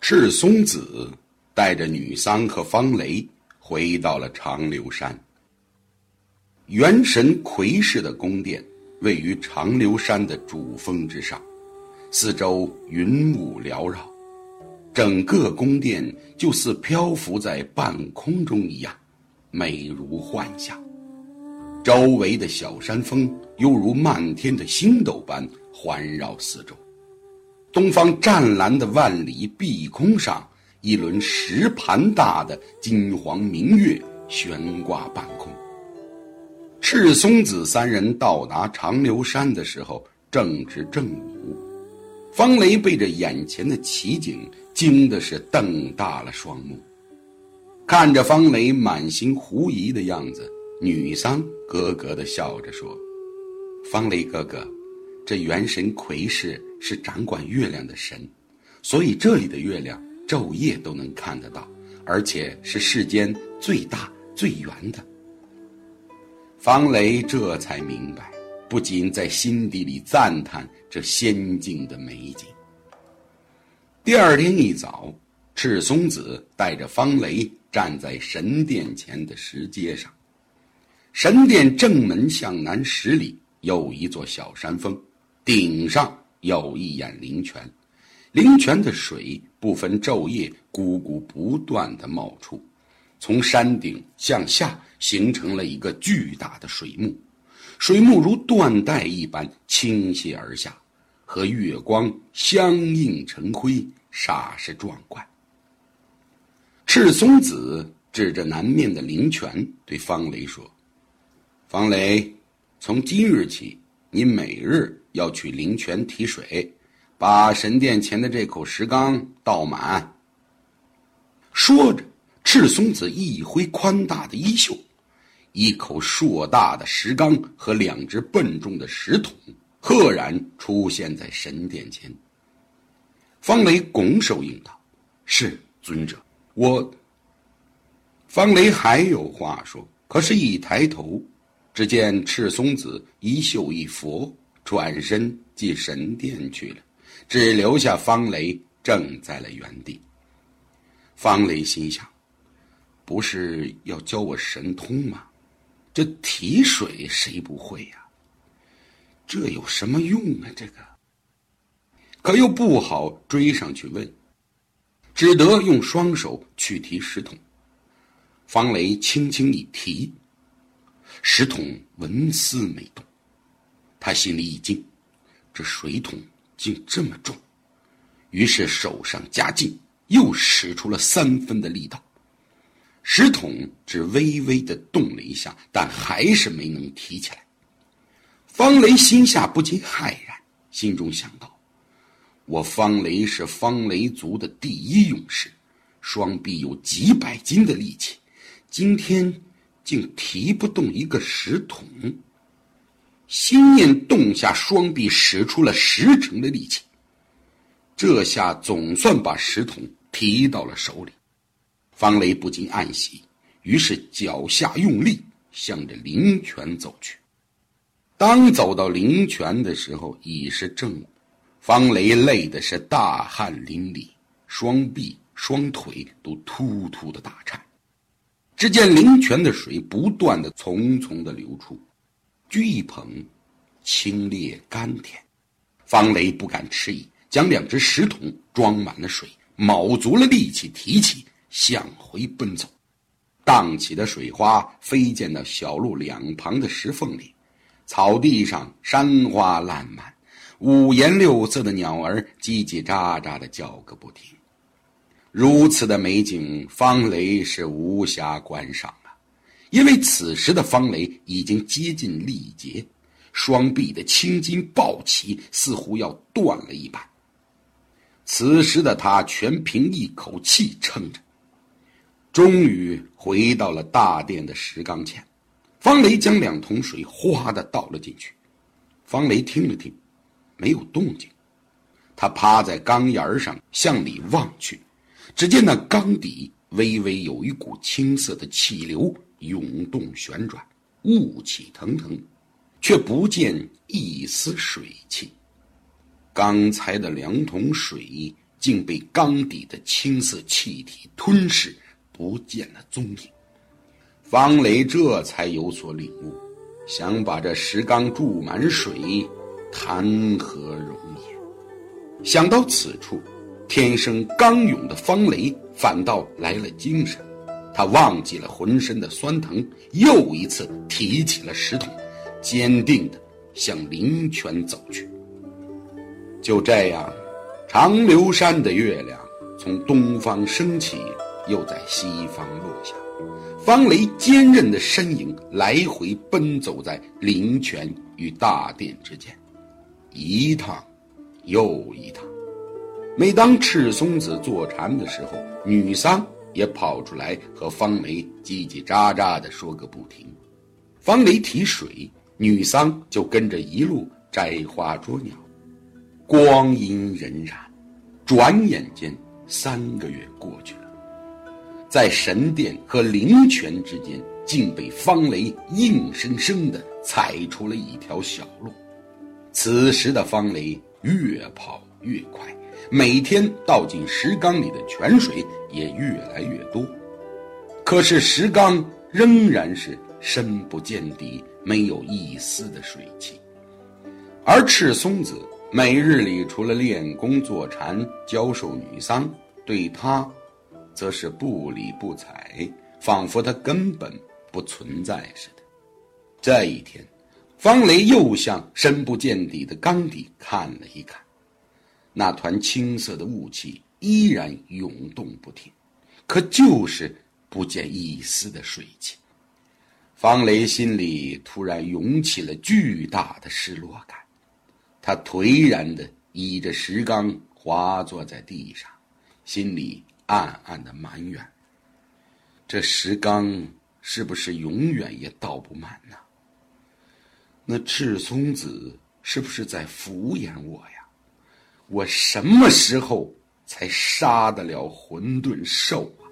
赤松子带着女桑和方雷回到了长留山。元神魁氏的宫殿位于长留山的主峰之上，四周云雾缭绕，整个宫殿就似漂浮在半空中一样，美如幻象。周围的小山峰犹如漫天的星斗般环绕四周。东方湛蓝的万里碧空上，一轮10盘大的金黄明月悬挂半空。赤松子三人到达长留山的时候正值正午，方雷被这眼前的奇景惊的是瞪大了双目。看着方雷满心狐疑的样子，女桑咯咯地笑着说：方雷哥哥，这元神魁氏是掌管月亮的神，所以这里的月亮昼夜都能看得到，而且是世间最大最圆的。方雷这才明白，不禁在心底里赞叹这仙境的美景。第二天一早，赤松子带着方雷站在神殿前的石阶上。神殿正门向南10里有一座小山峰，顶上有一眼灵泉，灵泉的水不分昼夜汩汩不断地冒出，从山顶向下形成了一个巨大的水幕，水幕如缎带一般倾泻而下，和月光相映成辉，煞是壮观。赤松子指着南面的灵泉对方雷说：方雷，从今日起，你每日要去灵泉提水，把神殿前的这口石缸倒满。说着，赤松子一挥宽大的衣袖，一口硕大的石缸和2只笨重的石桶赫然出现在神殿前。方雷拱手应道：是尊者。方雷还有话说，可是一抬头，只见赤松子衣袖一拂，转身进神殿去了，只留下方雷怔在了原地。方雷心想，不是要教我神通吗？这提水谁不会呀？这有什么用啊？这个可又不好追上去问，只得用双手去提石桶。方雷轻轻一提，石桶纹丝没动。他心里一惊，这水桶竟这么重，于是手上加劲，又使出了3分的力道。石桶只微微地动了一下，但还是没能提起来。方雷心下不禁骇然，心中想到，我方雷是方雷族的第1勇士，双臂有几百斤的力气，今天竟提不动一个石桶。心念动下双臂，使出了10成的力气，这下总算把石桶提到了手里。方雷不禁暗喜，于是脚下用力向着灵泉走去。当走到灵泉的时候，已是正午。方雷累的是大汗淋漓，双臂双腿都突突的打颤。只见灵泉的水不断的淙淙的流出，掬一捧，清冽甘甜。方雷不敢迟疑，将2只石桶装满了水，卯足了力气提起，向回奔走。荡起的水花飞溅到小路2旁的石缝里，草地上山花烂漫，五颜六色的鸟儿叽叽喳喳地叫个不停。如此的美景，方雷是无暇观赏啊，因为此时的方雷已经接近力竭，双臂的青筋暴起，似乎要断了一般。此时的他全凭一口气撑着，终于回到了大殿的石缸前。方雷将2桶水哗地倒了进去。方雷听了听，没有动静。他趴在缸沿上向里望去，只见那缸底微微有一股青色的气流涌动旋转，雾气腾腾，却不见一丝水汽。刚才的2桶水竟被缸底的青色气体吞噬，不见了踪影。方雷这才有所领悟，想把这石缸注满水，谈何容也。想到此处，天生刚勇的方雷反倒来了精神，他忘记了浑身的酸疼，又一次提起了石桶，坚定地向灵泉走去。就这样，长流山的月亮从东方升起，又在西方落下。方雷坚韧的身影来回奔走在灵泉与大殿之间，一趟又一趟。每当赤松子坐禅的时候，女桑也跑出来和方雷叽叽喳喳地说个不停。方雷提水，女桑就跟着一路摘花捉鸟。光阴荏苒，转眼间3个月过去了。在神殿和灵泉之间，竟被方雷硬生生地踩出了一条小路。此时的方雷越跑越快，每天倒进石缸里的泉水也越来越多。可是石缸仍然是深不见底，没有一丝的水汽。而赤松子每日里除了练功坐禅教授女桑，对他则是不理不睬，仿佛他根本不存在似的。这一天，方雷又向深不见底的缸底看了一看，那团青色的雾气依然涌动不停，可就是不见一丝的水汽。方雷心里突然涌起了巨大的失落感，他颓然地倚着石缸滑坐在地上，心里暗暗地埋怨，这石缸是不是永远也倒不满呢？那赤松子是不是在敷衍我呀？我什么时候才杀得了混沌兽？